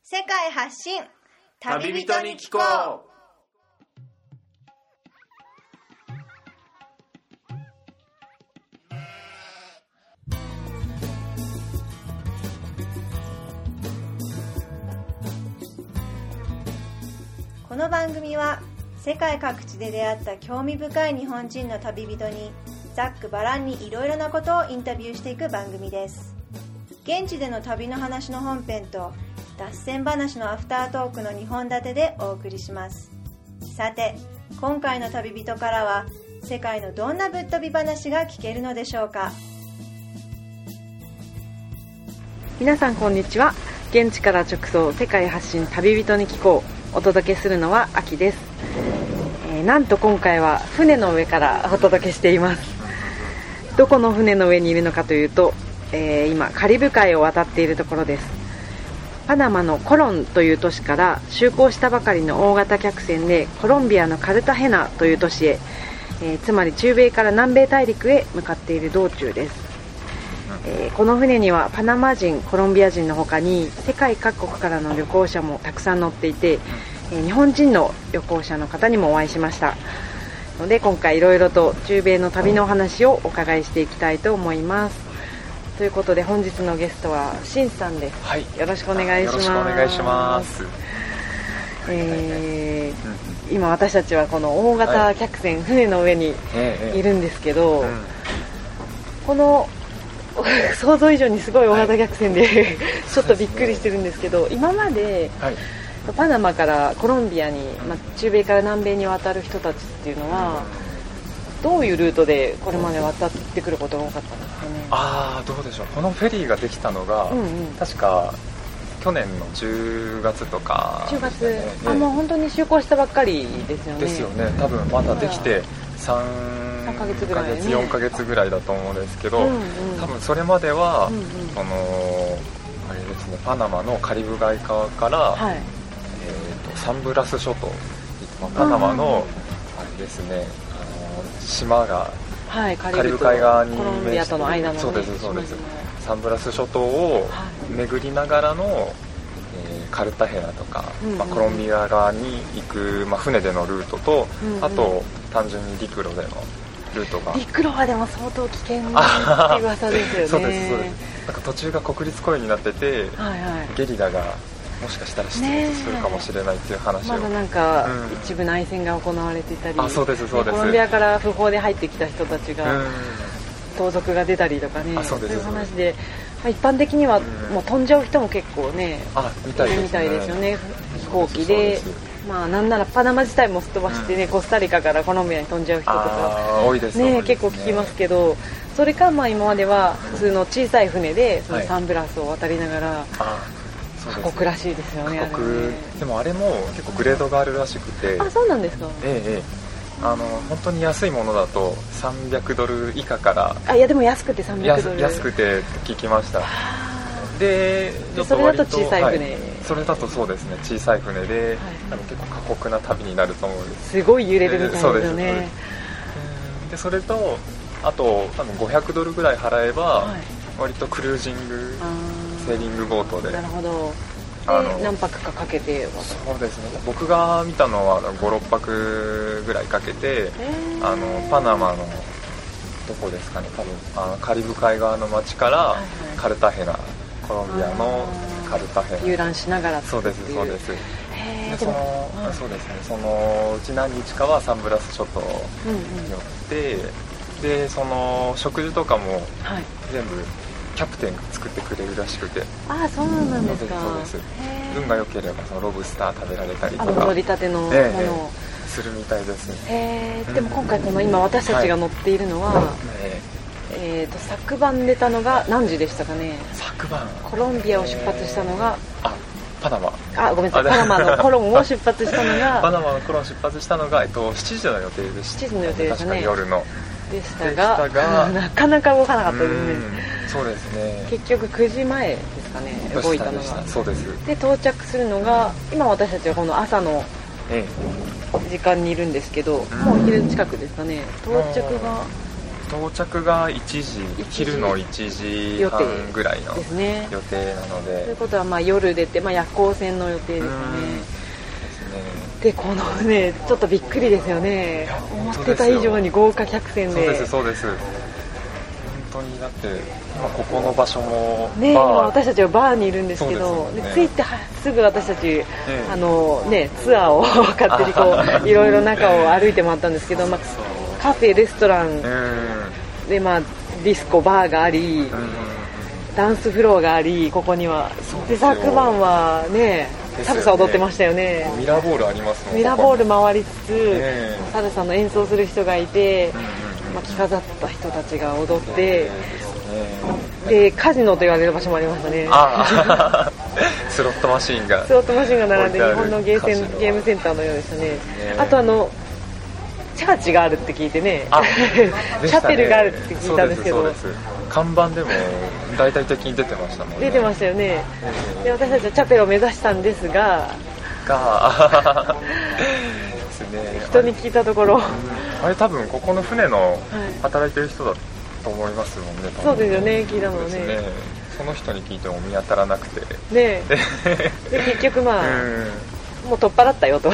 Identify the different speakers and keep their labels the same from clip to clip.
Speaker 1: 世界発信
Speaker 2: 旅人に聞こう。
Speaker 1: この番組は世界各地で出会った興味深い日本人の旅人にざっくばらんにいろいろなことをインタビューしていく番組です。現地での旅の話の本編と脱線話のアフタートークの2本立てでお送りします。さて、今回の旅人からは世界のどんなぶっ飛び話が聞けるのでしょうか。
Speaker 3: 皆さんこんにちは。現地から直送世界発信旅人に聞こう。お届けするのはアキです。なんと今回は船の上からお届けしています。どこの船の上にいるのかというと、今カリブ海を渡っているところです。パナマのコロンという都市から就航したばかりの大型客船でコロンビアのカルタヘナという都市へ、つまり中米から南米大陸へ向かっている道中です。この船にはパナマ人、コロンビア人の他に世界各国からの旅行者もたくさん乗っていて、日本人の旅行者の方にもお会いしましたので、今回いろいろと中米の旅のお話をお伺いしていきたいと思います。ということで本日のゲストはシンさんです。
Speaker 2: はい、
Speaker 3: よろしくお願いします。
Speaker 2: よろしくお願いします。
Speaker 3: 今私たちはこの大型客船、船の上にいるんですけど、この想像以上にすごい大型客船で、ちょっとびっくりしてるんですけど、今まで、パナマからコロンビアに、中米から南米に渡る人たちっていうのは、どういうルートでこれまで渡ってくることが多かったんですかね。
Speaker 2: どうでしょう。このフェリーができたのが、確か去年の10月とか、
Speaker 3: 10月、もう本当に就航したばっかりですよね。
Speaker 2: ですよね。多分まだできて3
Speaker 3: ヶ月ぐらい、ね、
Speaker 2: 4ヶ月ぐらいだと思うんですけど、多分それまでは、あれですね、パナマのカリブ海側から、サンブラス諸島、パナマのあれですね、島がカリブ海側に
Speaker 3: コロンビアとの間の、ね、
Speaker 2: そうですそうです。サンブラス諸島を巡りながらの、カルタヘナとか、コロンビア側に行く、船でのルートと、あと単純に陸路でのルートが、
Speaker 3: 陸路はでも相当危険なって噂ですよね。
Speaker 2: そうですそうです。なんか途中が国立公園になってて、ゲリラがもしかしたら出没するかもしれないっていう話を、
Speaker 3: まだなんか、一部内戦が行われていたり、
Speaker 2: そうですそうです。
Speaker 3: コロンビアから不法で入ってきた人たちが、盗賊が出たりとかね、そういう話で、一般的にはもう飛んじゃう人も結構ね、いるみたいですよね。飛行機で、なんならパナマ自体もすっ飛ばしてね、コスタリカからコロンビアに飛んじゃう人とか
Speaker 2: 多いですね、
Speaker 3: 結構聞きますけど、それか今までは普通の小さい船でそのサンブラスを渡りながら、過酷らしいですよね。
Speaker 2: 過酷でもあれも結構グレードがあるらしくて。
Speaker 3: そうなんですか。
Speaker 2: 本当に安いものだと300ドル以下から。
Speaker 3: いやでも安くて300ドル。
Speaker 2: 安くて聞きました。で
Speaker 3: それだと小さい船、
Speaker 2: それだとそうですね、小さい船で、結構過酷な旅になると思うんです。
Speaker 3: すごい揺れるみたいですよね。
Speaker 2: でそれとあと多分500ドルぐらい払えば、割とクルージング、セーリングボートで。
Speaker 3: なるほど。何泊かかけて。
Speaker 2: そうですね、僕が見たのは 5,6 泊ぐらいかけて、パナマのどこですかね、多分カリブ海側の町からカルタヘナ、コロンビアのカルタヘナ
Speaker 3: 遊覧しながら。
Speaker 2: そうですそうです。でそうですね、そのうち何日かはサンブラス諸島に寄って、でその食事とかも全部キャプテンが作ってくれるらしくて。
Speaker 3: そうなんですか。
Speaker 2: そうです。運が良ければそのロブスター食べられたりとか、
Speaker 3: 乗りたてのものを
Speaker 2: するみたいです。
Speaker 3: でも今回この今私たちが乗っているのは、昨晩出たのが何時でしたかね。
Speaker 2: 昨晩
Speaker 3: コロンビアを出発したのが、
Speaker 2: パナマ。
Speaker 3: ごめんなさい、パナマのコロンを出発したのが
Speaker 2: パナマのコロン出発したのが、7時の予定でした。
Speaker 3: 7時の予定でしたね。
Speaker 2: 確か夜の
Speaker 3: でしたが、なかなか動かなかったですね。
Speaker 2: そうですね。
Speaker 3: 結局9時前ですかね、動いたのが。
Speaker 2: そうです。
Speaker 3: で到着するのが、今私たちはこの朝の時間にいるんですけど、もう昼近くですかね。到着が
Speaker 2: 到着が昼の1時半ぐらいの予定なので、
Speaker 3: ということはまあ夜出て、夜行線の予定ですね。でこの船ちょっとびっくりですよね。思ってた以上に豪華客船で。
Speaker 2: そうです本当に。だって今ここの場所も
Speaker 3: ね、今私たちはバーにいるんですけど、着いてすぐ私たち、ツアーを勝手にこういろいろ中を歩いて回ったんですけど、カフェレストランで、ディスコバーがあり、ダンスフロアがあり、ここにはで昨晩はねサルサ踊ってましたよね。
Speaker 2: ミラーボールありますもん。
Speaker 3: ミラーボール回りつつ、サルサの演奏する人がいて、着飾った人たちが踊って、でカジノと言われる場所もありましたね。
Speaker 2: スロットマシンが
Speaker 3: 並んで、日本のゲームセンターのようでしたね。あとチャーチがあるって聞いてね、チャペルがあるって聞いたんですけど、
Speaker 2: 看板でも大々的に出てましたもんね。
Speaker 3: 出てましたよね。で私たちはチャペルを目指したんですが人に聞いたところ、
Speaker 2: あれ多分ここの船の働いてる人だと思いますもんね。
Speaker 3: そうですよね、聞いたのね。
Speaker 2: その人に聞いても見当たらなくて
Speaker 3: で結局もう取っ払ったよと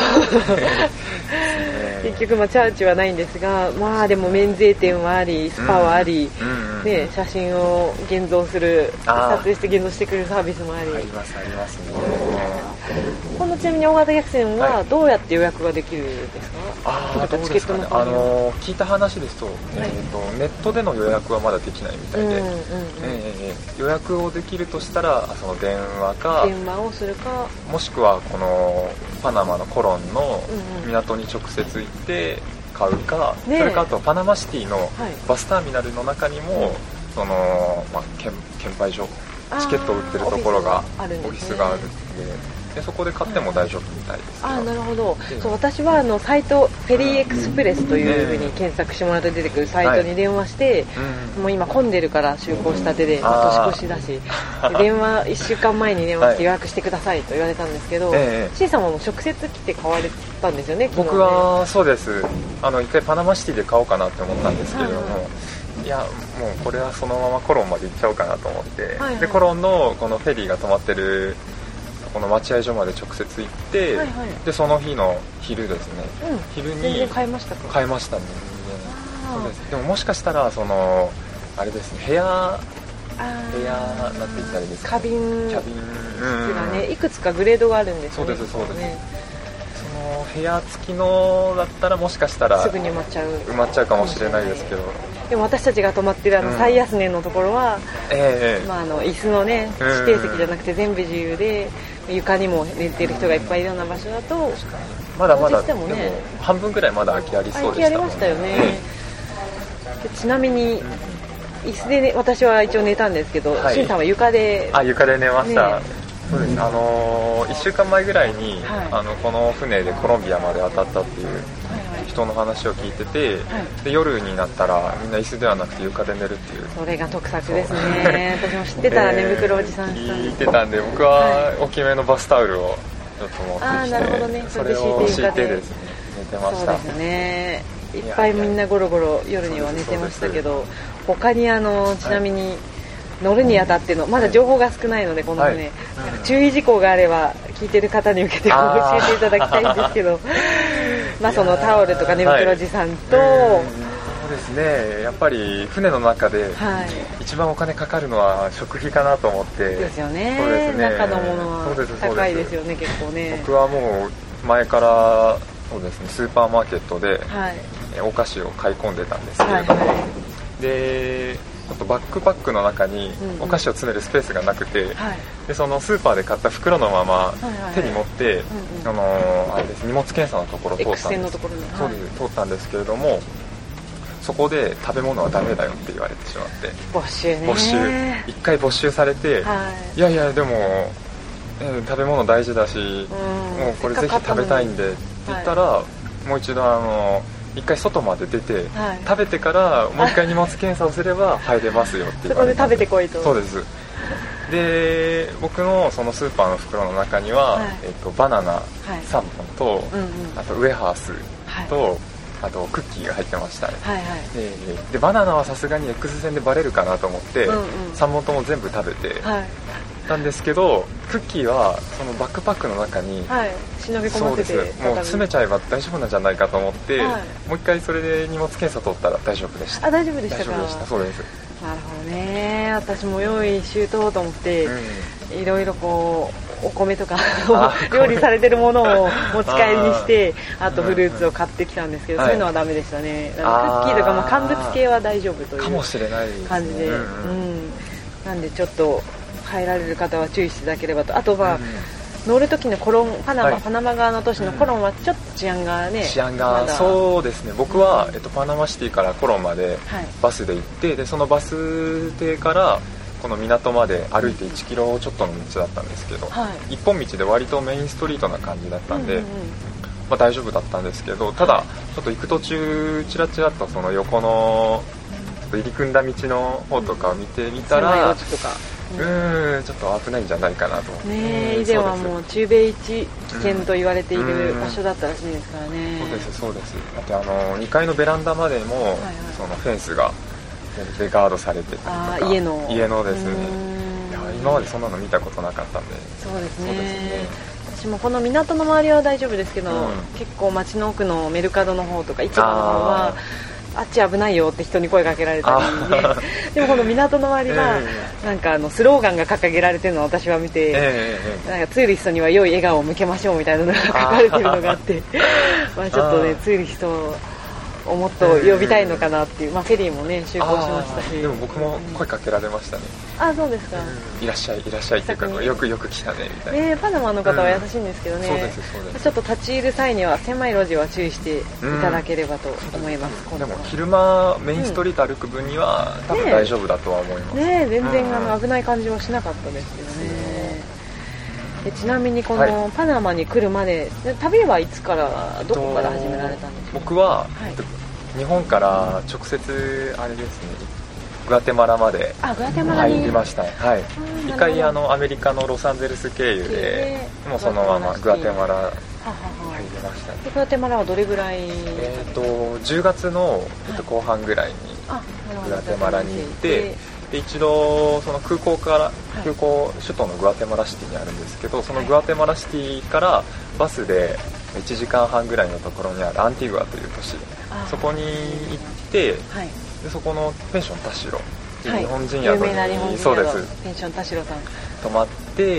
Speaker 3: 結局チャーチはないんですが、でも免税店はあり、スパはあり、写真を現像する、撮影して現像してくれるサービスもあり、
Speaker 2: ありますね。
Speaker 3: このちなみに大型客船はどうやって予約ができるんですか？
Speaker 2: チケットの聞いた話ですと、ネットでの予約はまだできないみたいで、予約をできるとしたらその電話
Speaker 3: をするか、
Speaker 2: もしくはこのパナマのコロンの港に直接行って買うか、それかあとパナマシティのバスターミナルの中にもその券売所、チケットを売ってるところがオフィスがあるので、そこで買っても大丈夫みたいです。
Speaker 3: なるほど。私はサイトフェリーエクスプレスという風に検索してもらうと出てくるサイトに電話して、もう今混んでるから就航したてで年越しだし、電話1週間前に電話して予約してくださいと言われたんですけど、C さんはもう直接来て買われたんですよね。
Speaker 2: 僕はそうです。一回パナマシティで買おうかなって思ったんですけれども、いやもうこれはそのままコロンまで行っちゃおうかなと思って、でコロンのこのフェリーが止まってるこの待合所まで直接行って、でその日の昼ですね、昼に
Speaker 3: 全然買いましたか？
Speaker 2: 買いましたね。そうです。でももしかしたらあれですね、部屋なんて言ったらいいですか、
Speaker 3: キャビン室がね、いくつかグレードがあるんですよね。そうです。
Speaker 2: その部屋付きのだったらもしかしたら
Speaker 3: すぐに埋まっちゃう
Speaker 2: かもしれないですけど、
Speaker 3: でも私たちが泊まってる最安値のところは、椅子のね指定席じゃなくて全部自由で、床にも寝てる人がいっぱいいるような場所だと、
Speaker 2: まだでも半分ぐらいまだ空きありそうでしたもんね。
Speaker 3: 空きありましたよね。ちなみに椅子で、私は一応寝たんですけど、しんさんは床で
Speaker 2: 寝ました。そうです。1週間前ぐらいに、この船でコロンビアまで当たったっていう人の話を聞いてて、で夜になったらみんな椅子ではなくて床で寝るっていう。
Speaker 3: それが特策ですね。私も知ってたら寝袋おじさん
Speaker 2: 聞いてたんで、僕は大きめのバスタオルをちょっと持ってきて、
Speaker 3: なるほどね、
Speaker 2: それを敷いてですね寝てました。
Speaker 3: そうですね。いっぱいみんなゴロゴロ夜には寝てましたけど、他にちなみに乗るにあたってのまだ情報が少ないので、このね、注意事項があれば聞いてる方に向けて教えていただきたいんですけどそのタオルとか寝袋持参と、
Speaker 2: そうですね、やっぱり船の中で一番お金かかるのは食費かなと思って。
Speaker 3: ですよね。そうですね、中のものは高いですよね、結構ね。
Speaker 2: 僕はもう前からそうですね、スーパーマーケットでお菓子を買い込んでたんですけれども、でちょっとバックパックの中にお菓子を詰めるスペースがなくて、でそのスーパーで買った袋のまま手に持って、あれです、荷物検査のところを通ったんです。そうです、通ったんですけれども、そこで食べ物はダメだよって言われてしまって、
Speaker 3: 没収
Speaker 2: 一回没収されて、いやいやでも、食べ物大事だし、もうこれぜひ食べたいんでって言ったら、もう一度一回外まで出て、食べてからもう一回荷物検査をすれば入れますよって言われて、
Speaker 3: そこで食べてこいと。
Speaker 2: そうです。で僕のそのスーパーの袋の中には、バナナ3本と、あとウエハースと、 あとクッキーが入ってましたね、
Speaker 3: はいはい、
Speaker 2: でバナナはさすがに X 線でバレるかなと思って、3本とも全部食べてたんですけど、クッキーはそのバックパックの中に、
Speaker 3: 忍び込ませて、
Speaker 2: もう詰めちゃえば大丈夫なんじゃないかと思って、もう一回それで荷物検査取ったら大丈夫でした。
Speaker 3: 大丈夫でしたか。
Speaker 2: 大丈夫でした。そうです。
Speaker 3: なるほどね。私も用意周到と思って、いろいろこうお米とか料理されてるものを持ち帰りにして、あとフルーツを買ってきたんですけど、そういうのはダメでしたね。クッキーとか乾物系は大丈夫という
Speaker 2: かもしれない
Speaker 3: 感じで、なんでちょっと入られる方は注意していただければと。あとは、乗る時のパナマ側の都市のコロンはちょっと治安が
Speaker 2: そうですね。僕は、パナマシティからコロンまでバスで行って、でそのバス停からこの港まで歩いて1キロちょっとの道だったんですけど、一本道で割とメインストリートな感じだったんで、大丈夫だったんですけど、ただちょっと行く途中ちらちらとその横の入り組んだ道の方とかを見てみたら、ちょっと危ないんじゃないかなと。
Speaker 3: 以前はもう中米一危険と言われている場所だったらしいですからね。
Speaker 2: そうです。あと2階のベランダまでも、そのフェンスがでガードされてたりとか、家のですね。いや今までそんなの見たことなかったんで。
Speaker 3: そうですね。私もこの港の周りは大丈夫ですけど、結構街の奥のメルカドの方とか市場の方はあっち危ないよって人に声かけられたり、でもこの港の周りはなんかスローガンが掲げられてるのを私は見て、なんかツーリストには良い笑顔を向けましょうみたいなのが書かれてるのがあってちょっとねツーリストをもっと呼びたいのかなっていう、フェリーもね就航しましたし。
Speaker 2: でも僕も声かけられましたね。
Speaker 3: そうですか。
Speaker 2: いらっしゃいっていうか、よく来たねみたいな。
Speaker 3: パナマの方は優しいんですけどね。
Speaker 2: そうです。
Speaker 3: ちょっと立ち入る際には狭い路地は注意していただければと思います。
Speaker 2: でも昼間メインストリート歩く分には多分大丈夫だとは思います。
Speaker 3: 全然危ない感じはしなかったですけどね。ちなみにこのパナマに来るまで旅はいつからどこから始められたんですか。
Speaker 2: 僕は日本から直接あれですね、グアテマラまで入りました。一回アメリカのロサンゼルス経由でもうそのままグアテマラ入りましたね。
Speaker 3: グアテマラはどれぐらい
Speaker 2: ？10月の後半ぐらいにグアテマラに行って、で一度その空港首都のグアテマラシティにあるんですけど、そのグアテマラシティからバスで1時間半ぐらいのところにあるアンティグアという都市、そこに行って、でそこのペンション田代日本人宿に、
Speaker 3: 有名な日本人宿、
Speaker 2: そうです、
Speaker 3: ペンション田代さん
Speaker 2: 泊まって、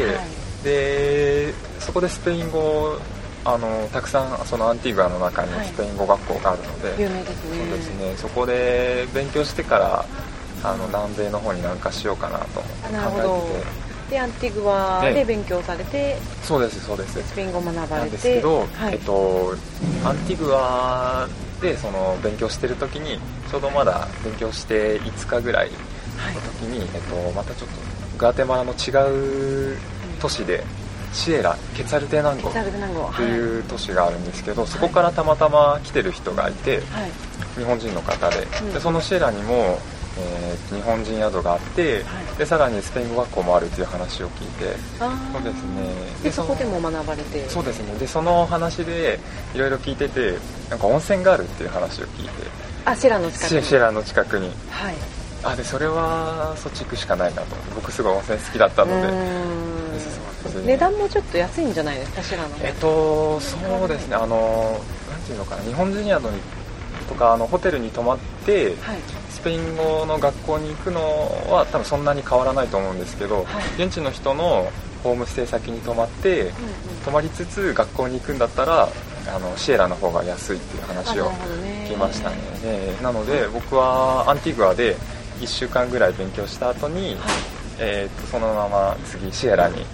Speaker 2: でそこでスペイン語をたくさんそのアンティグアの中にスペイン語学校があるので、
Speaker 3: 有名ですね。
Speaker 2: そうですね、そこで勉強してから南米の方に南下しようかなと考えてて。
Speaker 3: でアンティグアで勉強されて、
Speaker 2: そうですス
Speaker 3: ペイン語を学ばれて
Speaker 2: なんですけど、アンティグアでその勉強してる時にちょうどまだ勉強して5日ぐらいの時に、またちょっとグアテマラの違う都市でシエラケツァルテナンゴという都市があるんですけど、そこからたまたま来てる人がいて、日本人の方で、そのシエラにも日本人宿があって、でさらにスペイン語学校もあるという話を聞いて、そうですね。
Speaker 3: でそこでも学ばれて、
Speaker 2: そうですね。でその話でいろいろ聞いてて、なんか温泉があるっていう話を聞いて、
Speaker 3: シェラの近くに、
Speaker 2: シェラの近くに、でそれはそっち行くしかないなと。僕すごい温泉好きだったので。
Speaker 3: 値段もちょっと安いんじゃないですか、シェラの。
Speaker 2: そうですね。なんていうのかな、日本人宿にとかホテルに泊まって、スペイン語の学校に行くのは多分そんなに変わらないと思うんですけど、現地の人のホームステイ先に泊まって、泊まりつつ学校に行くんだったらシエラの方が安いっていう話を聞きましたね。なので僕はアンティグアで1週間ぐらい勉強した後に、そのまま次シエラに行って、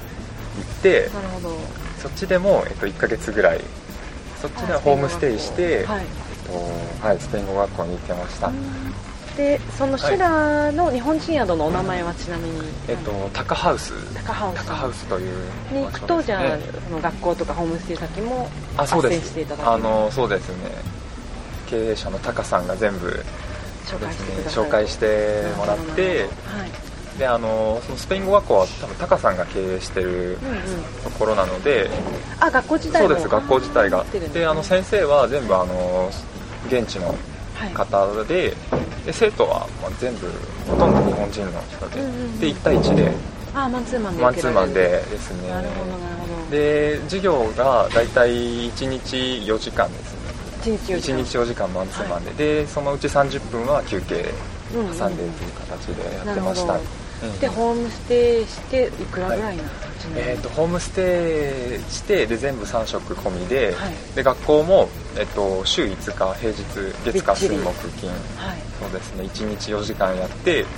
Speaker 2: そっちでも、1ヶ月ぐらいそっちではホームステイして、スペイン語学校に行ってました。
Speaker 3: でそのシェラの日本人宿のお名前はちなみに、
Speaker 2: タカハウスという
Speaker 3: に行くと、じゃあその学校とかホームステイ先も斡旋していただける。
Speaker 2: そうですね、経営者のタカさんが全部紹介してもらって、でそのスペイン語学校は多分タカさんが経営してるところなので、
Speaker 3: 学校自体も、
Speaker 2: そうです、学校自体がで先生は全部現地の方で、生徒は全部ほとんど日本人の人で、で1対1で
Speaker 3: マンツーマンで
Speaker 2: マンツーマンでですね。
Speaker 3: なるほどなるほど。
Speaker 2: で授業がだいたい1日4時間ですね。
Speaker 3: 1日
Speaker 2: 4時間マンツーマンで、でそのうち30分は休憩挟んでという形でやってました。
Speaker 3: でホームステイしていくらぐらいなの？
Speaker 2: ホームステイしてで全部3食込みで、で学校も、週5日平日月火水木金、そうですね、1日4時間やって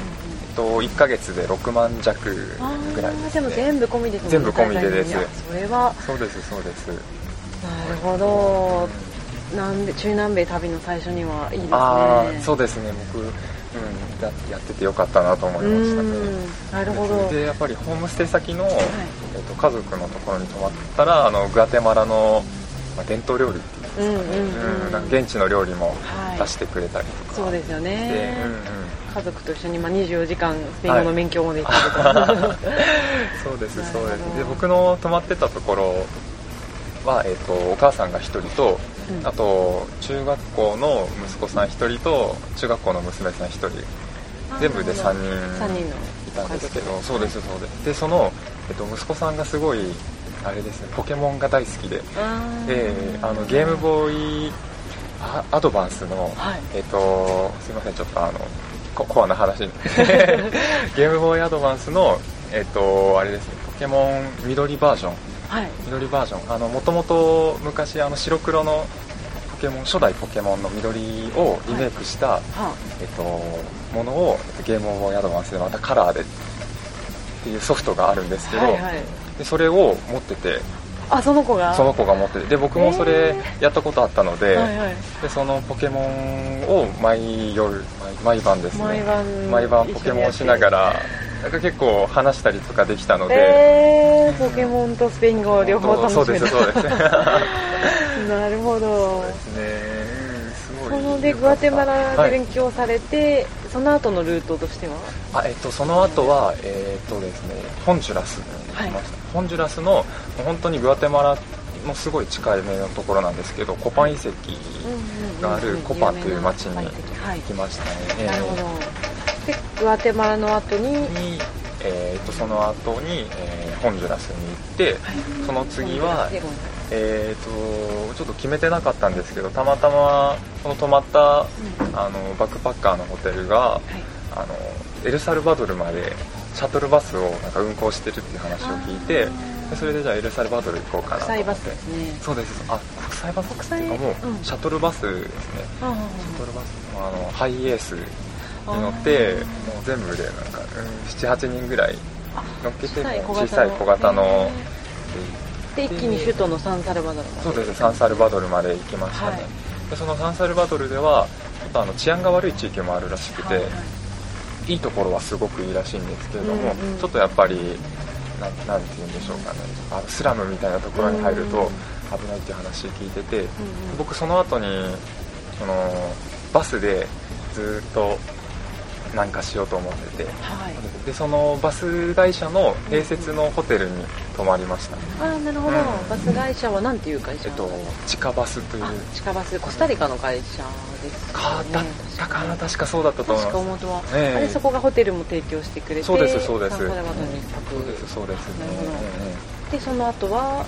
Speaker 2: 、1ヶ月で6万弱ぐらいですね。
Speaker 3: でも全部込みですもんね。
Speaker 2: 全部込みでです。
Speaker 3: それは
Speaker 2: そうです。
Speaker 3: なるほど。中南米旅の最初にはいいですね。
Speaker 2: そうですね。僕やっててよかったなと思いましたね。
Speaker 3: なるほど。
Speaker 2: でやっぱりホームステイ先の、家族のところに泊まったらグアテマラの、伝統料理っていうんですかね、現地の料理も出してくれたりとか、
Speaker 3: そうですよね。家族と一緒に24時間スペイン語の勉強もできたりとか、
Speaker 2: そうです。で僕の泊まってたところは、お母さんが1人と、あと中学校の息子さん1人と中学校の娘さん1人、全部で3人いたんですけど、そうです。でその、息子さんがすごいあれですね、ポケモンが大好きで、ゲームボーイアドバンスの、すいませんちょっとコアな話にゲームボーイアドバンスのあれですね、ポケモン緑バージョン、緑バージョン、もともと昔白黒のポケモン、初代ポケモンの緑をリメイクした、ものをゲームボーイアドバンスでまたカラーでっていうソフトがあるんですけど、でそれを持ってて、
Speaker 3: その子が
Speaker 2: 持ってて、で僕もそれやったことあったので、でそのポケモンを毎晩ですね、毎晩ポケモンをしながらなんか結構話したりとかできたので、
Speaker 3: ポケモンとスペイン語両方楽しめた。
Speaker 2: そうです
Speaker 3: なるほど。
Speaker 2: ですね。
Speaker 3: そのでグアテマラで勉強されて、その後のルートとしては
Speaker 2: その後はですね、ホンジュラスに行きました。ホンジュラスの本当にグアテマラのすごい近い目のところなんですけど、コパン遺跡があるコパンという町に行きましたね。
Speaker 3: なるほど。でグアテマラの後に
Speaker 2: その後に、ホンジュラスに行って、その次はちょっと決めてなかったんですけど、たまたまその泊まったバックパッカーのホテルが、エルサルバドルまでシャトルバスをなんか運行してるっていう話を聞いて、でそれでじゃあエルサルバドル行こうかなと思って。国際バスですね。そうです。国際バスっていうかもうシャトルバスですね。シャトルバスのハイエースに乗って、もう全部でなんか 7,8 人ぐらい乗っけて、小さい小型の
Speaker 3: で一気に首都のサンサルバドルまで。
Speaker 2: そうです。サンサルバドルまで行きましたね。でそのサンサルバドルではちょっと治安が悪い地域もあるらしくて、いいところはすごくいいらしいんですけれども、ちょっとやっぱりなんて言うんでしょうかね、スラムみたいなところに入ると危ないっていう話聞いてて、僕その後にバスでずっと南下しようと思ってて、でそのバス会社の併設のホテルに泊まりました。
Speaker 3: なるほど。バス会社は何ていう会社？
Speaker 2: 地下バスという。
Speaker 3: 地下バス、コスタリカの会社ですかね。
Speaker 2: だったかな、確かそうだったと思います。
Speaker 3: 確か元は、あれそこがホテルも提供してくれて、
Speaker 2: そうです。
Speaker 3: サンサルバドルに1泊。
Speaker 2: そうですね。
Speaker 3: でその後は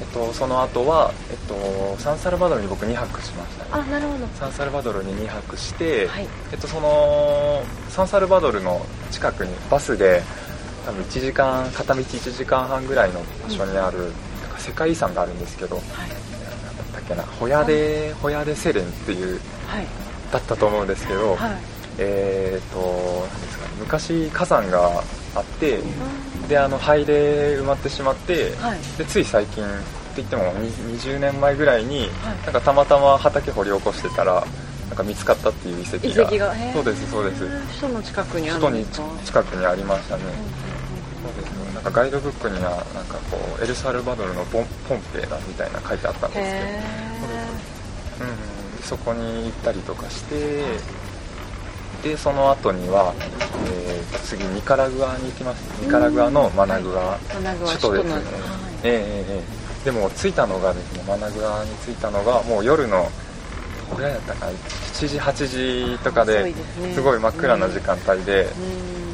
Speaker 2: サンサルバドルに僕2泊しましたね。
Speaker 3: なるほど。
Speaker 2: サンサルバドルに2泊して、そのサンサルバドルの近くにバスで多分片道1時間半ぐらいの場所にある、なんか世界遺産があるんですけど、なんだったっけな、ホヤデセレンっていう、だったと思うんですけど、なんですかね、昔火山があって、で灰で埋まってしまって、でつい最近って言っても20年前ぐらいに、なんかたまたま畑掘り起こしてたらなんか見つかったっていう遺跡が。そうです。首
Speaker 3: 都の近くにあるんですか？
Speaker 2: 首都に近くにありましたね。そうです。なんかガイドブックにはなんかこうエルサルバドルのポンペイだみたいな書いてあったんですけど、そこに行ったりとかして、でその後には、次ニカラグアに行きました。ニカラグアのマナグア首都ですね。でも着いたのがですね、マナグアに着いたのがもう夜のとぐらいだったかな、7時8時とかですごい真っ暗な時間帯でです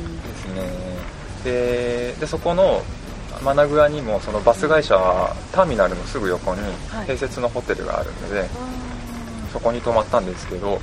Speaker 2: ね。でそこのマナグアにもそのバス会社はターミナルのすぐ横に併設のホテルがあるので、そこに泊まったんですけど、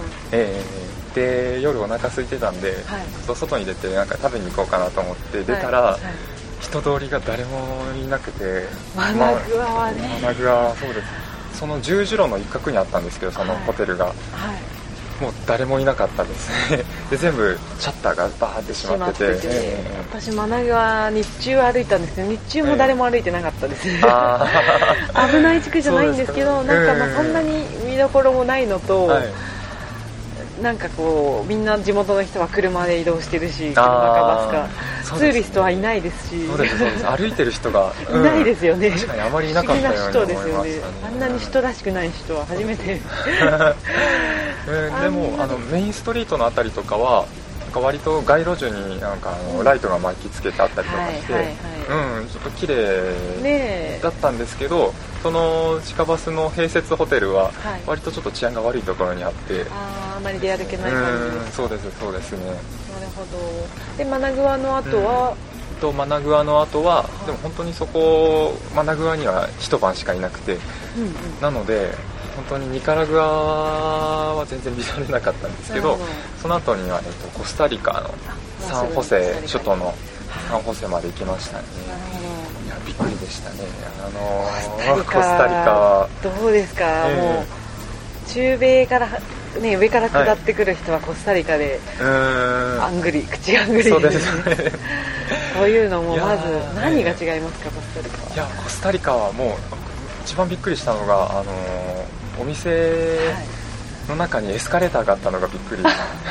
Speaker 2: で夜お腹空いてたんで、外に出てなんか食べに行こうかなと思って出たら、人通りが誰もいなくて、
Speaker 3: マナグアはね、
Speaker 2: マナグア、そうです。その十字路の一角にあったんですけど、そのホテルが、もう誰もいなかったですね。で全部シャッターがバーって閉まってて、
Speaker 3: 私マナグア日中歩いたんですけど、日中も誰も歩いてなかったですね。危ない地区じゃないんですけど、なんかそんなに見どころもないのと、なんかこうみんな地元の人は車で移動してるし、車かバスか、ツーリストはいないですし、
Speaker 2: そうです歩いてる人が
Speaker 3: いないですよね。
Speaker 2: 確かにあまりいなかったように思いましたね。
Speaker 3: あんなに人らしくない人は初めて。
Speaker 2: でもメインストリートのあたりとかはなんか割と街路樹になんかライトが巻きつけてあったりとかして、ちょっと綺麗だったんですけど、その地下バスの併設ホテルは割とちょっと治安が悪いところにあって、
Speaker 3: あまり出歩けない感じです。
Speaker 2: そうですね。なる
Speaker 3: ほど。でマナグアの後は、
Speaker 2: マナグアの後は、でも本当にそこマナグアには一晩しかいなくて、なので本当にニカラグアは全然見られなかったんですけど、その後には、コスタリカのサンホセ首都のサンホセまで行きましたね。いやびっくりでしたね。コスタリカは
Speaker 3: どうですか、もう中米からね、上から下ってくる人はコスタリカで口あんぐり
Speaker 2: そうですね。
Speaker 3: そういうのもまず何が違いますか、コスタリカは。
Speaker 2: いやコスタリカはもう一番びっくりしたのがお店の中にエスカレーターがあったのがびっくり。い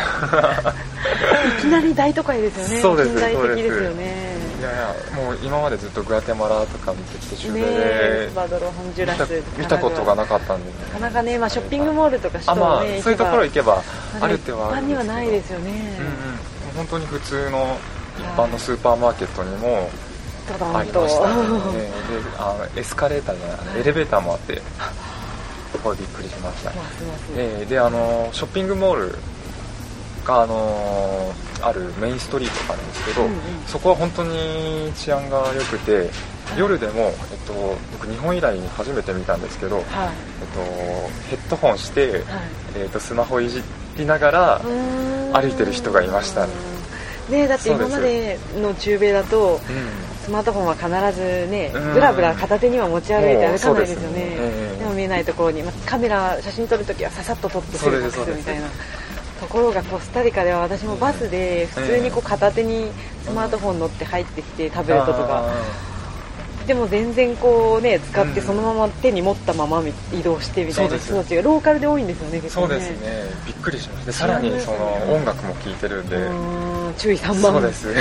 Speaker 2: き
Speaker 3: なり大都会ですよね。
Speaker 2: そうです。
Speaker 3: 近代的ですよね。
Speaker 2: いやもう今までずっとグアテマラとか見てきて中米で
Speaker 3: エルサルバドル、ホンジュラス
Speaker 2: 見たことがなかったんで、
Speaker 3: なかなかね、ショッピングモールとか
Speaker 2: そういうところ行けばあるってはあるんですけど、一般
Speaker 3: にはないですよね。
Speaker 2: 本当に普通の一般のスーパーマーケットにもありましたね。でエスカレーターじゃないエレベーターもあって、すごいびっくりしました。でショッピングモールがあるメインストリートなんですけど、そこは本当に治安が良くて、夜でも、僕日本以来に初めて見たんですけど、ヘッドホンして、スマホいじりながら歩いてる人がいましたね。
Speaker 3: だって今までの中米だと、スマートフォンは必ずね、ブラブラ片手には持ち歩いて歩かないですよね。でも見えないところに、カメラ写真撮るときはささっと撮ってすぐ隠すみたいなところがコスタリカでは、私もバスで普通に片手にスマートフォン乗って入ってきてタブレットとか、でも全然使ってそのまま手に持ったまま移動してみたいな人たちがローカルで多いんですよね。
Speaker 2: そうですね、びっくりしました。さらにその音楽も聴いてるんで
Speaker 3: 注意散漫。
Speaker 2: そうです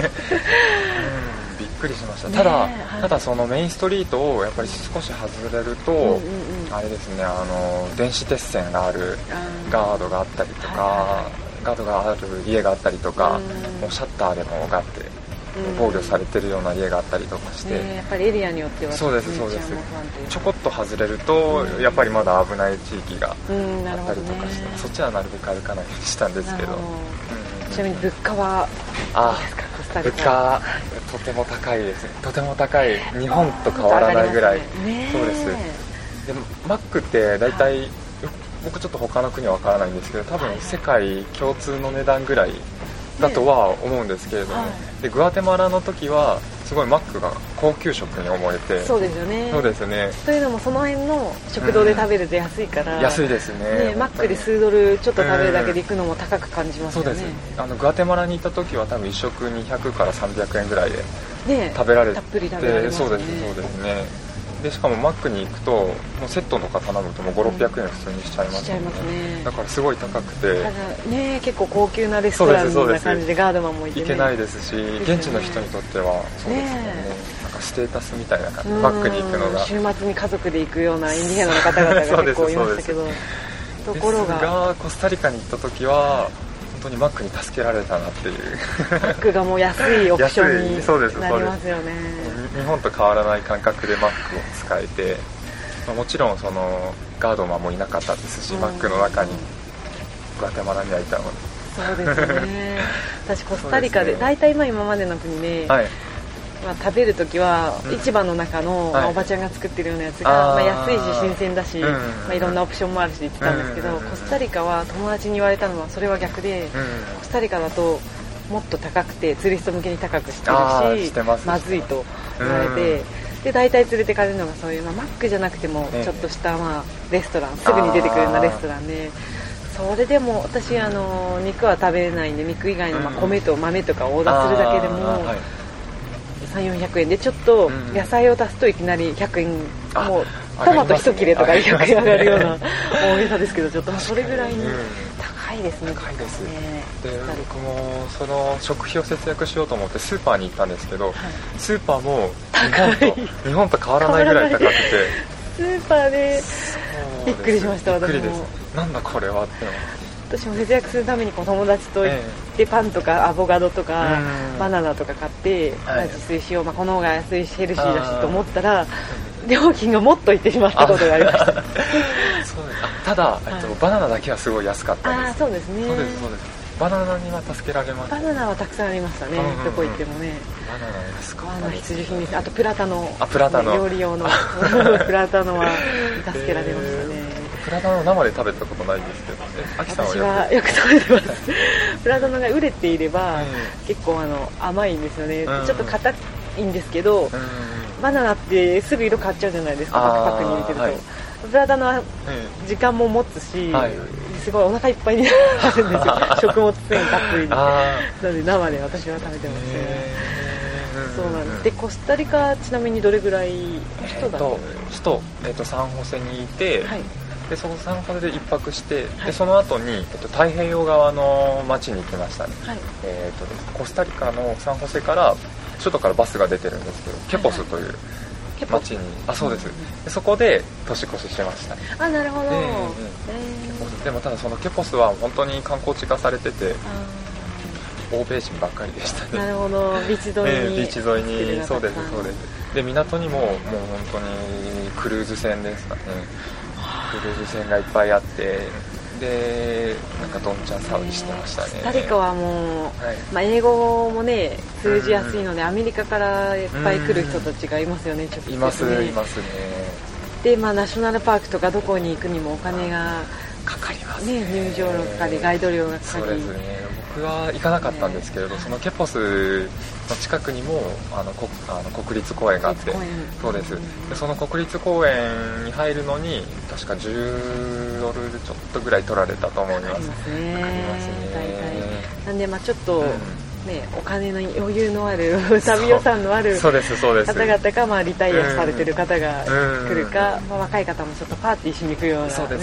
Speaker 2: びっくりしました。ただそのメインストリートをやっぱり少し外れると、あれですね、電子鉄線があるガードがあったりとか、ガードがある家があったりとか、もうシャッターでもガッて防御されてるような家があったりとかして、
Speaker 3: やっぱりエリアによっては
Speaker 2: そうですちょこっと外れると、やっぱりまだ危ない地域があったりとかして、そっちはなるべく歩かないようにしたんですけど。
Speaker 3: ちなみに物価はどうですか、コスタリカ。
Speaker 2: 物価とても高いですね。とても高い。日本と変わらないぐらい。そうです。でマックって大体、僕ちょっと他の国は分からないんですけど、多分世界共通の値段ぐらいだとは思うんですけれども、でグアテマラの時はすごいマックが高級食に思えて。
Speaker 3: そうですよね。
Speaker 2: そうですね。
Speaker 3: というのもその辺の食堂で食べると安いから、
Speaker 2: 安いですね。
Speaker 3: マックで数ドルちょっと食べるだけで行くのも高く感じますよね。
Speaker 2: そうです。グアテマラに行った時は多分1食200から300円ぐらいで食べられて、
Speaker 3: たっぷり食べられますね。
Speaker 2: そうですね。でしかもマックに行くともうセットとか頼むともう5、600円普通にしちゃいますね。だからすごい高くて、
Speaker 3: 結構高級なレストランな感じでガードマンもいて、
Speaker 2: 行けないですし、現地の人にとってはそうですよね。なんかステータスみたいな感じ、マックに行くのが。週
Speaker 3: 末に家族で行くようなインディアナの方々が結構いましたけどところが
Speaker 2: コスタリカに行った時は本当にマックに助けられたなっていう。
Speaker 3: マックがもう安いオプションになりますよね。
Speaker 2: 日本と変わらない感覚でマックを使えて、 もちろんそのガードマンもいなかったですし、バッグの中にグアテマラにはいたので。
Speaker 3: そうですね私コスタリカで大体今までの国で、
Speaker 2: はい、
Speaker 3: 食べるときは市場の中の、おばちゃんが作ってるようなやつが、安いし新鮮だし、いろんなオプションもあるし言ってたんですけど、コスタリカは友達に言われたのはそれは逆で、コスタリカだともっと高くてツーリスト向けに高くしてるし、まずいと言われて、で大体連れてかれるのがそういう、マックじゃなくてもちょっとした、レストラン、すぐに出てくるようなレストランで、それでも私肉は食べれないんで、肉以外の米と豆とかオーダーするだけでも300、400円で、ちょっと野菜を足すといきなり100円、もうトマト1切れとかで100円上がるような大げさですけど、ちょっとそれぐらいに高いですね。
Speaker 2: 高いですね。で僕もその食費を節約しようと思ってスーパーに行ったんですけど、スーパーも日本と変わらないぐらい高くて、
Speaker 3: スーパーでびっくりしました。
Speaker 2: びっくりです。なんだこれはって。
Speaker 3: 私も節約するために友達と行ってパンとかアボカドとかバナナとか買って自炊しよう、この方が安いしヘルシーだしと思ったら料金がもっといってしまったことがありましたそうです。
Speaker 2: ただ、バナナだけはすごい安かったです。
Speaker 3: そうですね。
Speaker 2: そうです。バナナには助けられます。
Speaker 3: バナナはたくさんありましたね、どこ行ってもね。
Speaker 2: バナナ安かったです。
Speaker 3: 必需品です。あとプラタノ、料理用のプラタノは助けられましたね。
Speaker 2: プラタノ生で食べたことないんですけど、アキさんは
Speaker 3: よく食べてますプラタノが熟れていれば、結構甘いんですよね。ちょっと硬いんですけど、バナナってすぐ色変わっちゃうじゃないですか、バックパックに入れてると。プラタノは時間も持つし、すごいお腹いっぱいになるんですよ食物繊維たっぷりになので生で私は食べてますね。そうなんです。でコスタリカちなみにどれぐらい首都サンホセにいて、でそのサンホセで1泊して、でその後に、太平洋側の町に行きましたね。コスタリカのサンホセから首都からバスが出てるんですけど、ケポスという町に、そうです。でそこで年越ししてました。 なるほど。
Speaker 2: でもただそのケポスは本当に観光地化されてて、欧米人ばっかりでしたね。
Speaker 3: なるほど。ビーチ沿いに、
Speaker 2: ビーチ沿いに、そうです。で港にももう本当にクルーズ船ですかね。クルーズ船がいっぱいあって、でなんかどんちゃん騒ぎしてましたね。
Speaker 3: コスタリカはもう、英語もね通じやすいので、アメリカからいっぱい来る人たちがいますよね。
Speaker 2: いますね。
Speaker 3: でナショナルパークとかどこに行くにもお金が
Speaker 2: かかりますね。
Speaker 3: 入場料がかかり、ガイド料がかかり。
Speaker 2: そうですね。僕は行かなかったんですけれど、そのケポスの近くにも国立公園があって、そうです。でその国立公園に入るのに確か$10ちょっとぐらい取られたと思います。
Speaker 3: かかりますね。なんでちょっと、お金の余裕のある旅予算のある方々がリタイアされてる方が来るか、若い方もちょっとパーティーしに行くような、方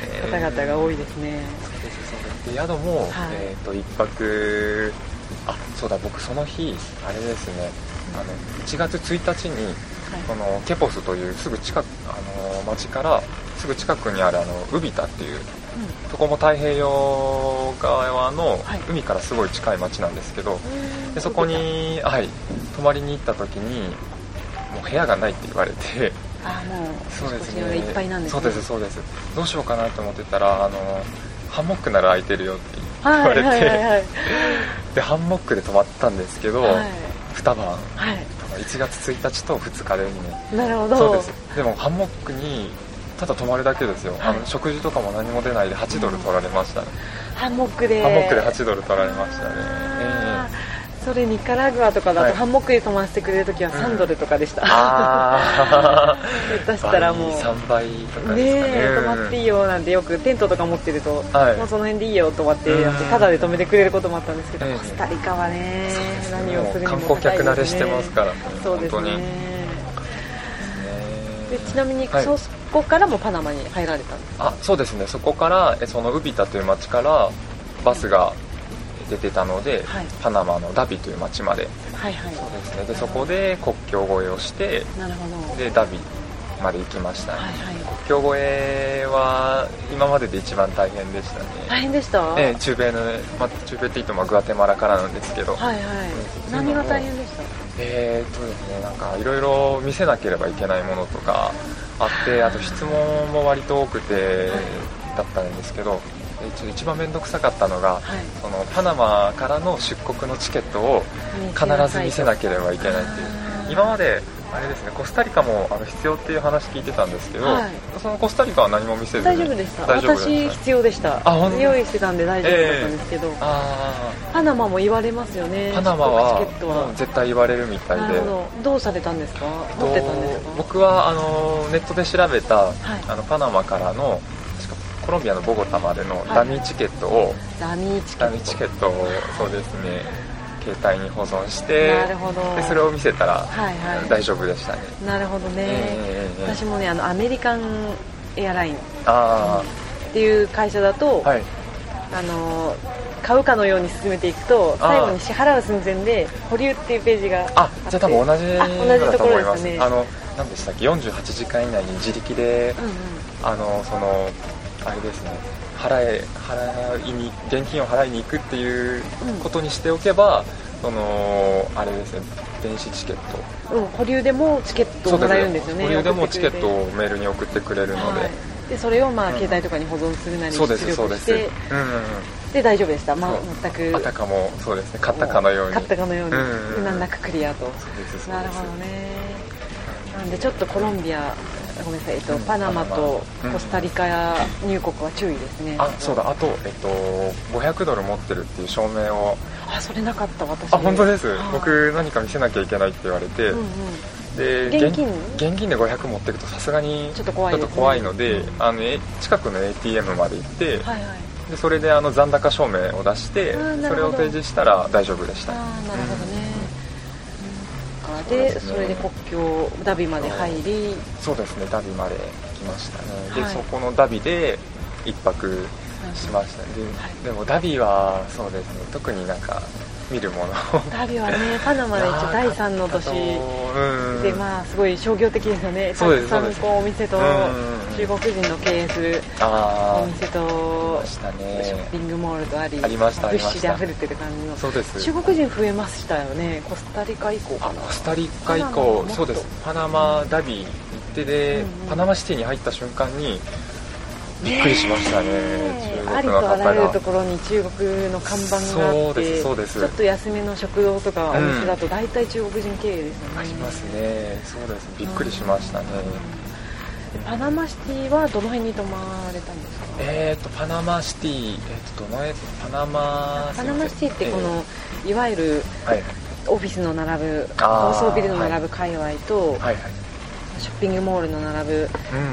Speaker 3: 々が多いですね。
Speaker 2: で宿も、1泊そうだ、僕その日あれですね、1月1日に、このケポスというすぐ近く町からすぐ近くにあるウビタっていう、そこも太平洋側の海からすごい近い町なんですけど、でそこに、泊まりに行った時にもう部屋がないって言われて、
Speaker 3: もうそうですね、いっぱいなんですね。
Speaker 2: そうです。どうしようかなと思ってたらハンモックなら空いてるよって言われて、でハンモックで泊まったんですけど、2晩、1月1日と2日でに、
Speaker 3: なるほど。
Speaker 2: そうです。でもハンモックにただ泊まるだけですよ。食事とかも何も出ないで$8取られましたね。
Speaker 3: ハンモックで
Speaker 2: $8取られましたね。
Speaker 3: それニカラグアとかだと、ハンモックで泊まらせてくれるときは$3とかでした。下手したらもう
Speaker 2: 3倍とかですかね。
Speaker 3: 泊まっていいよなんて、よくテントとか持ってると、もうその辺でいいよと思ってタダで泊めてくれることもあったんですけど、コスタリカはね、何をするにも
Speaker 2: 観光客慣れしてますから、
Speaker 3: そうですね。でちなみにそこからもパナマに入られたんですか？
Speaker 2: そうですね。そこからそのウビタという町からバスが出てたので、パナマのダビという町まで、そうですね。でそこで国境越えをして、でダビまで行きましたね。国境越えは今までで一番大変でしたね。
Speaker 3: 大変でした？
Speaker 2: 中米って言ってもグアテマラからなんですけど、
Speaker 3: 何が大変でした？
Speaker 2: ですね、なんかいろいろ見せなければいけないものとかあって、あと質問も割と多くてだったんですけど、一番面倒くさかったのが、そのパナマからの出国のチケットを必ず見せなければいけないっていう。今まであれですね、コスタリカも必要っていう話聞いてたんですけど、そのコスタリカは何も見せずに
Speaker 3: 大丈夫でした。私必要でした。用意してたんで大丈夫だったんですけど、パナマも言われますよね。
Speaker 2: パナマは絶対言われるみたいで。
Speaker 3: どうされたんですか？持ってたんですか？
Speaker 2: 僕はネットで調べた、パナマからのコロンビアのボゴタまでのダミーチケットを、
Speaker 3: ダミーチケット
Speaker 2: をそうですね、携帯に保存して、でそれを見せたら大丈夫でしたね。
Speaker 3: なるほどね。私もね、アメリカンエアラインっていう会社だと、買うかのように進めていくと、最後に支払う寸前で保留っていうページがあって、
Speaker 2: じゃあ多分同じだと思います。何でしたっけ、48時間以内に自力で、あれですね、現金を払いに行くっていうことにしておけば、あれですね、電子チケット、
Speaker 3: 保留でもチケットをもらえるんですよね。
Speaker 2: 保留でもチケットをメールに送ってくれるので、
Speaker 3: でそれを携帯とかに保存するなり出力して、で大丈夫でした。全く
Speaker 2: あたかもそうですね、買ったかのように
Speaker 3: 難なくクリアと。なるほどね。なんでちょっとコロンビア、ごめんなさい、パナマとコスタリカ入国は注意ですね。
Speaker 2: そうだ、あと、$500持ってるっていう証明を。
Speaker 3: それなかった私。
Speaker 2: 本当です。僕何か見せなきゃいけないって言われて、で現金で500持ってるとさすがにちょっと怖いので、近くの ATM まで行って、でそれで残高証明を出して、それを提示したら大丈夫でした。
Speaker 3: なるほどね。でそれで国境ダビまで入り、
Speaker 2: そうですね、ダビまで来ましたね。でそこのダビで一泊しました。でもダビはそうですね、特になんか見るもの、
Speaker 3: ダビはね、パナマで一応第3の都市ですごい商業的ですよね。たくさんお店と中国人の経営するお店とショッピングモールとあり物資で溢れてる感じの。
Speaker 2: そうです。
Speaker 3: 中国人増えましたよね、コスタリカ以降かな。
Speaker 2: コスタリカ以降、そうです。パナマダビ行ってで、パナマシティに入った瞬間にびっくりしましたね。
Speaker 3: ありとあらゆるところに中国の看板があって、ちょっと安めの食堂とかお店だと大体中国人経営ですよね。
Speaker 2: ありますね。そうです。びっくりしましたね。
Speaker 3: パナマシティはどの辺に泊まれたんですか？
Speaker 2: パナマシティ、パナマ
Speaker 3: シティってこの、いわゆるオフィスの並ぶ高層ビルの並ぶ界隈と、ショッピングモールの並ぶ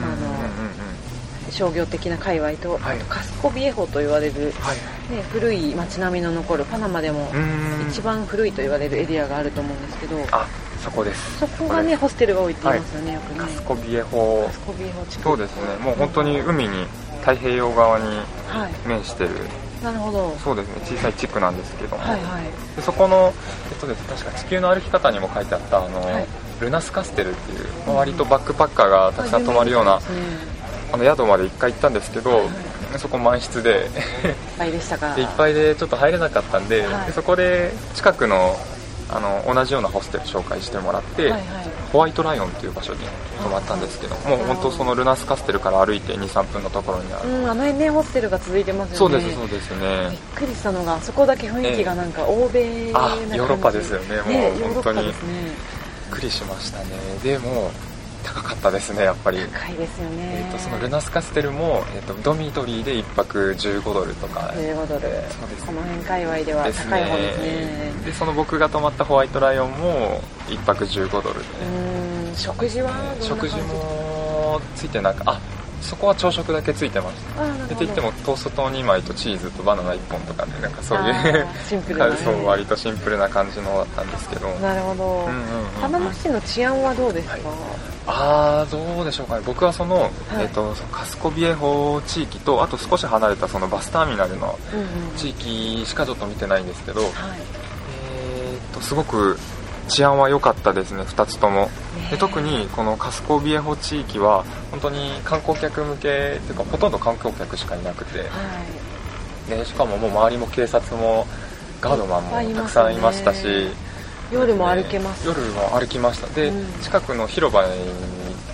Speaker 3: 商業的な界隈と、あとカスコビエホと言われる、古い街並みの残るパナマでも一番古いと言われるエリアがあると思うんですけど、
Speaker 2: そこです。
Speaker 3: そこがね、ホステルが多いって言いますよね、よくね。
Speaker 2: カスコビエホ地区。そうですね、もう本当に海に、太平洋側に面してる、
Speaker 3: なるほど。
Speaker 2: そうですね、小さい地区なんですけども、でそこの、確か地球の歩き方にも書いてあったルナスカステルっていう、割とバックパッカーがたくさん泊まるような宿まで1回行ったんですけど、そこ満室でいっ
Speaker 3: ぱいでしたか？
Speaker 2: いっぱいでちょっと入れなかったんで、そこで近くの同じようなホステル紹介してもらって、ホワイトライオンっていう場所に泊まったんですけど、もう本当そのルナスカステルから歩いて 2,3 分のところにある、
Speaker 3: あの辺ね、ホステルが続いてますよね。
Speaker 2: そうですそうですね。
Speaker 3: びっくりしたのが、そこだけ雰囲気がなんか欧米な感じ、
Speaker 2: ヨーロッパですよね。もう本当にびっ
Speaker 3: びっ
Speaker 2: くりしましたね。でも高かったですね、やっぱり。
Speaker 3: 高いですよね。
Speaker 2: そのルナスカステルも、ドミトリーで1泊$15とか。
Speaker 3: $15。そうです。この辺界隈では高い方ですね。
Speaker 2: で、その僕が泊まったホワイトライオンも1泊$15で。
Speaker 3: 食事は
Speaker 2: 食事もついてなく、そこは朝食だけついてました。でって言ってもトーストと2枚とチーズとバナナ1本とかで、なんかそういう
Speaker 3: シンプルな、
Speaker 2: そう割とシンプルな感じのだったんですけど。
Speaker 3: なるほど。パナマ市の治安はどうですか？
Speaker 2: どうでしょうかね。僕はその、カスコビエホ地域と、あと少し離れたそのバスターミナルの地域しかちょっと見てないんですけど、すごく治安は良かったですね、2つとも。で特にこのカスコビエホ地域は本当に観光客向けというか、ほとんど観光客しかいなくて、でしかももう周りも警察もガードマンもたくさんいましたし、
Speaker 3: 夜も歩けます。
Speaker 2: 夜も歩きました。で、近くの広場に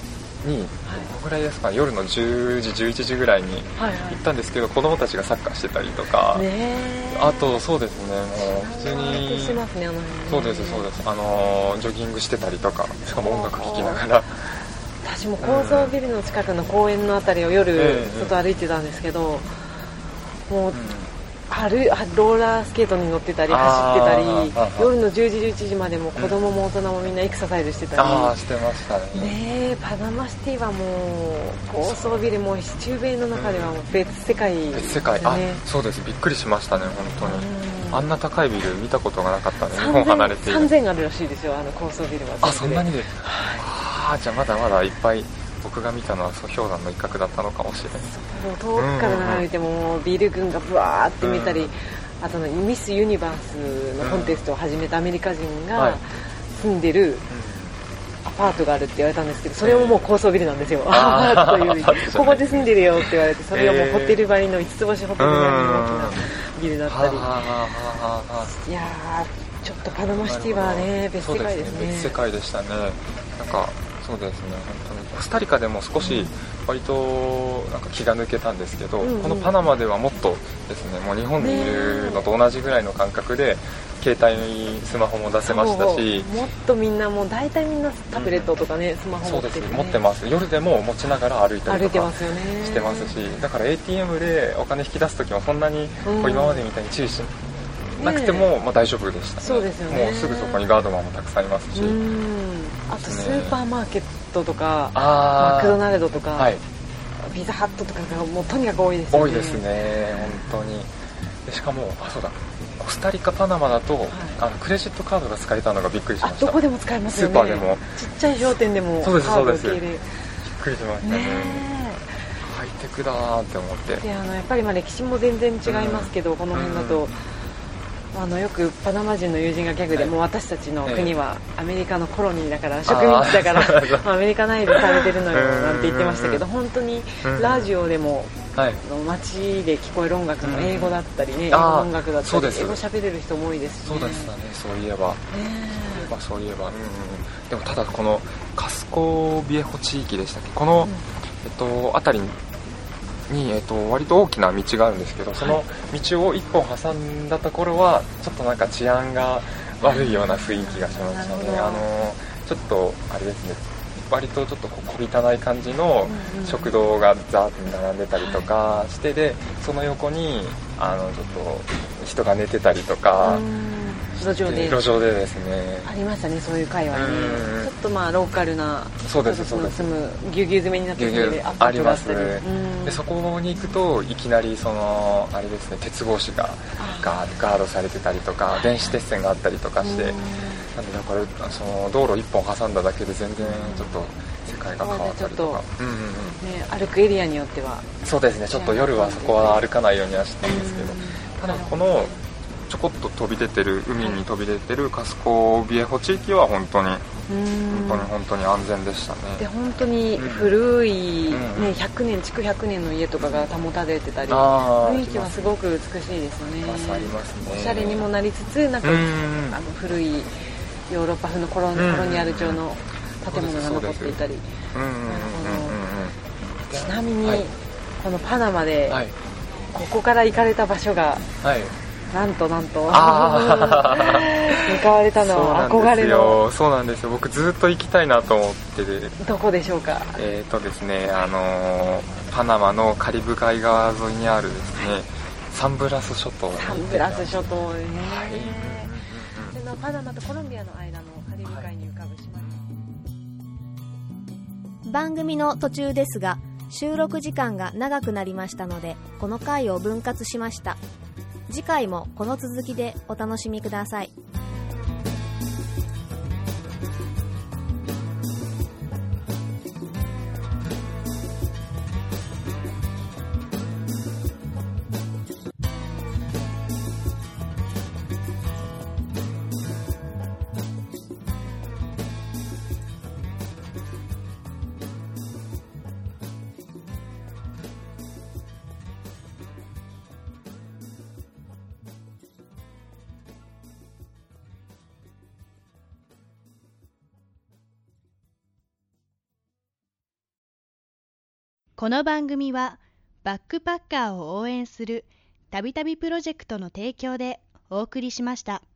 Speaker 2: に、どのぐらいですか、夜の10時11時ぐらいに行ったんですけど、子供たちがサッカーしてたりとか、あとそうですね、もう普通にそうですジョギングしてたりとか、しかも音楽聴きながら。
Speaker 3: 私も高層ビルの近くの公園のあたりを夜外歩いてたんですけど、もうローラースケートに乗ってたり走ってたり、夜の10時11時までも子供も大人もみんなエクササイズしてたり、
Speaker 2: してましたね。
Speaker 3: パナマシティはもう高層ビルも中米の中では別世界ですね。
Speaker 2: そうです、びっくりしましたね、本当に。あんな高いビル見たことがなかったね、日本離れている。
Speaker 3: 3000あるらしいですよ、高層ビルは。
Speaker 2: そんなにですか。じゃあまだまだいっぱい。僕が見たのは氷山の一角だったのかもしれない。
Speaker 3: 遠くから眺めてもビル群がブワーって見たり、あとミスユニバースのコンテストを始めたアメリカ人が住んでるアパートがあるって言われたんですけど、それももう高層ビルなんですよ。ここで住んでるよって言われて、それがもうホテルばりの5つ星ホテルばりの大きなビルだったり、いやー、ちょっとパナマシティはね、別世界ですね。
Speaker 2: 別世界でしたね。なんかそうですね、本当にコスタリカでも少し割となんか気が抜けたんですけど、このパナマではもっとですね、もう日本にいるのと同じぐらいの感覚で携帯にスマホも出せましたし、
Speaker 3: もっとみんなもう大体みんなタブレットとかね、スマホ持ってる、ね、
Speaker 2: そうです、持ってます。夜でも持ちながら歩いたりとかしてますし、だから ATM でお金引き出すときもそんなにこう今までみたいに注意しなくても大丈夫でしたね。
Speaker 3: そうですよね。
Speaker 2: もうすぐそこにガードマンもたくさんいますし、
Speaker 3: あとスーパーマーケットとかマクドナルドとか、ピザハットとかがもうとにかく多いですよね。
Speaker 2: 多いですね、本当に。でしかもそうだ、コスタリカ、パナマだと、クレジットカードが使えたのがびっくりしました。
Speaker 3: どこでも使えますよね。
Speaker 2: スーパーでも
Speaker 3: ちっちゃい商店でもカード受け入れ、びっ
Speaker 2: くりしましたね。ハイテクだなって思って。
Speaker 3: でやっぱり歴史も全然違いますけど、この辺だと。よくパナマ人の友人がギャグで、もう私たちの国はアメリカのコロニーだから植民地だからアメリカ内でされてるのよなんて言ってましたけど、本当にラジオでも街で聞こえる音楽の英語だったりね、英語の音楽だったり、英語喋れる人も多いですしね。
Speaker 2: そうですね、そういえば、でもただこのカスコビエホ地域でしたっけ、この辺りに割と大きな道があるんですけど、その道を一本挟んだところはちょっとなんか治安が悪いような雰囲気がしましたね。ちょっとあれですね、割とちょっと小汚い感じの食堂がザーッと並んでたりとかして、でその横にちょっと人が寝てたりとか、
Speaker 3: 路上で
Speaker 2: ですね、
Speaker 3: ありましたね、そういう会話に、ちょっとローカルな人たちの住むぎゅうぎゅう詰めになってるアパートだったり、
Speaker 2: でそこに行くといきなりあれですね、鉄格子がガードされてたりとか、電子鉄線があったりとかして、なんでだからその道路一本挟んだだけで全然ちょっと世界が変わったりとか、
Speaker 3: 歩くエリアによっては
Speaker 2: そうですね、ちょっと夜はそこは歩かないようにはしてたんですけど、ただこのちょこっと海に飛び出てるカスコビエホ地域は本当に安全でしたね。
Speaker 3: で本当に古い、築100年の家とかが保たれてたり、雰囲気はすごく美しいですよね。
Speaker 2: ありますね。
Speaker 3: おしゃれにもなりつつ、なんか古いヨーロッパ風のコロニアル調の建物が残っていたり、ちなみに、このパナマで、ここから行かれた場所が、なんと向かわれたのは憧れの。
Speaker 2: そうなんですよ、僕ずっと行きたいなと思ってて。
Speaker 3: どこでしょうか。
Speaker 2: ですね、パナマのカリブ海側沿いにあるですね、サンブラス諸島。
Speaker 3: サンブラス諸島ね、パナマとコロンビアの間のカリブ海に浮かぶ島。
Speaker 1: 番組の途中ですが、収録時間が長くなりましたので、この回を分割しました。次回もこの続きでお楽しみください。
Speaker 4: この番組はバックパッカーを応援するたびたびプロジェクトの提供でお送りしました。